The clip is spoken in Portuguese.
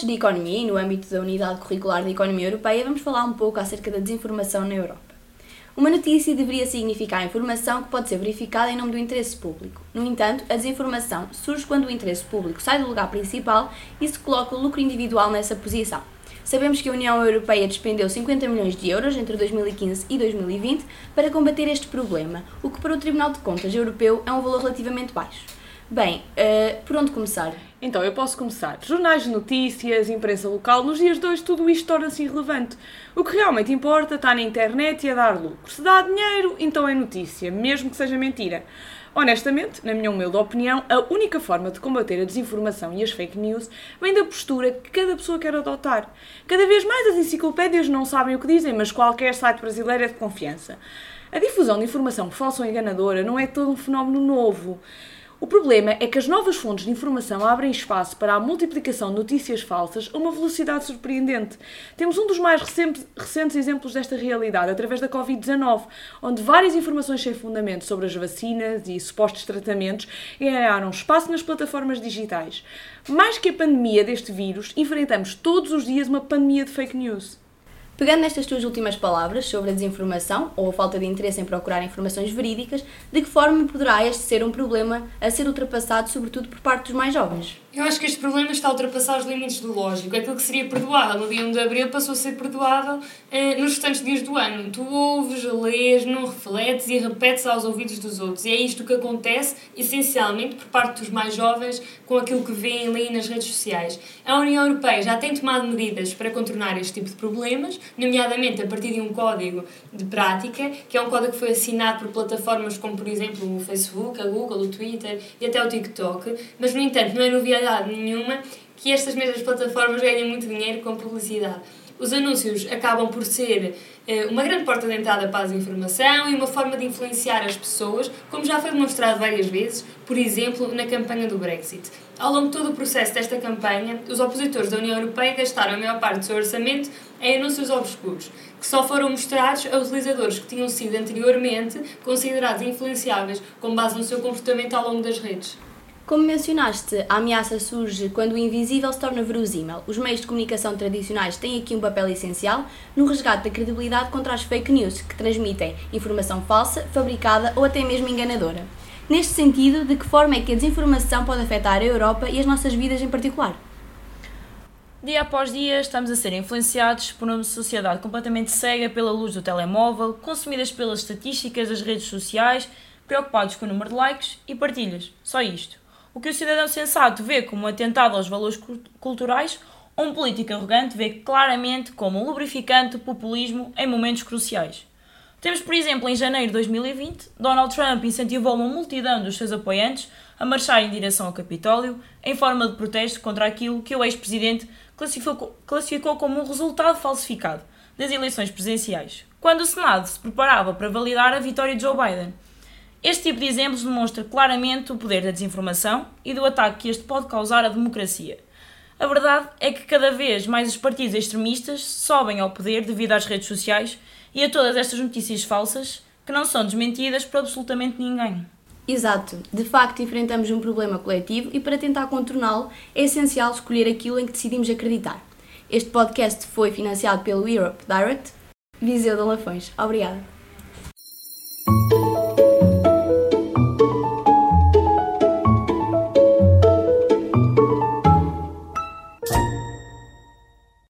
de Economia e no âmbito da Unidade Curricular de Economia Europeia vamos falar um pouco acerca da desinformação na Europa. Uma notícia deveria significar informação que pode ser verificada em nome do interesse público. No entanto, a desinformação surge quando o interesse público sai do lugar principal e se coloca o lucro individual nessa posição. Sabemos que a União Europeia despendeu 50 milhões de euros entre 2015 e 2020 para combater este problema, o que para o Tribunal de Contas Europeu é um valor relativamente baixo. Bem, por onde começar? Então, eu posso começar. Jornais de notícias, imprensa local, nos dias de hoje tudo isto torna-se irrelevante. O que realmente importa está na internet e a dar lucro. Se dá dinheiro, então é notícia, mesmo que seja mentira. Honestamente, na minha humilde opinião, a única forma de combater a desinformação e as fake news vem da postura que cada pessoa quer adotar. Cada vez mais as enciclopédias não sabem o que dizem, mas qualquer site brasileiro é de confiança. A difusão de informação falsa ou enganadora não é todo um fenómeno novo. O problema é que as novas fontes de informação abrem espaço para a multiplicação de notícias falsas a uma velocidade surpreendente. Temos um dos mais recentes exemplos desta realidade através da Covid-19, onde várias informações sem fundamento sobre as vacinas e supostos tratamentos ganharam espaço nas plataformas digitais. Mais que a pandemia deste vírus, enfrentamos todos os dias uma pandemia de fake news. Pegando nestas tuas últimas palavras sobre a desinformação ou a falta de interesse em procurar informações verídicas, de que forma poderá este ser um problema a ser ultrapassado, sobretudo por parte dos mais jovens? Eu acho que este problema está a ultrapassar os limites do lógico. Aquilo que seria perdoável no dia 1 de Abril passou a ser perdoável nos restantes dias do ano. Tu ouves, lês, não refletes e repetes aos ouvidos dos outros. E é isto que acontece, essencialmente, por parte dos mais jovens com aquilo que veem ali nas redes sociais. A União Europeia já tem tomado medidas para contornar este tipo de problemas, nomeadamente a partir de um código de prática, que é um código que foi assinado por plataformas como, por exemplo, o Facebook, a Google, o Twitter e até o TikTok, mas, no entanto, não é novidade nenhuma que estas mesmas plataformas ganhem muito dinheiro com publicidade. Os anúncios acabam por ser uma grande porta de entrada para a desinformação e uma forma de influenciar as pessoas, como já foi demonstrado várias vezes, por exemplo, na campanha do Brexit. Ao longo de todo o processo desta campanha, os opositores da União Europeia gastaram a maior parte do seu orçamento em anúncios obscuros, que só foram mostrados a utilizadores que tinham sido anteriormente considerados influenciáveis com base no seu comportamento ao longo das redes. Como mencionaste, a ameaça surge quando o invisível se torna verosímil. Os meios de comunicação tradicionais têm aqui um papel essencial no resgate da credibilidade contra as fake news, que transmitem informação falsa, fabricada ou até mesmo enganadora. Neste sentido, de que forma é que a desinformação pode afetar a Europa e as nossas vidas em particular? Dia após dia estamos a ser influenciados por uma sociedade completamente cega pela luz do telemóvel, consumidas pelas estatísticas das redes sociais, preocupados com o número de likes e partilhas. Só isto. O que o cidadão sensato vê como um atentado aos valores culturais, ou um político arrogante vê claramente como um lubrificante do populismo em momentos cruciais. Temos, por exemplo, em janeiro de 2020, Donald Trump incentivou uma multidão dos seus apoiantes a marchar em direção ao Capitólio em forma de protesto contra aquilo que o ex-presidente classificou como um resultado falsificado das eleições presidenciais, quando o Senado se preparava para validar a vitória de Joe Biden. Este tipo de exemplos demonstra claramente o poder da desinformação e do ataque que este pode causar à democracia. A verdade é que cada vez mais os partidos extremistas sobem ao poder devido às redes sociais e a todas estas notícias falsas que não são desmentidas por absolutamente ninguém. Exato. De facto, enfrentamos um problema coletivo e para tentar contorná-lo é essencial escolher aquilo em que decidimos acreditar. Este podcast foi financiado pelo Europe Direct, Viseu de Lafões. Obrigada.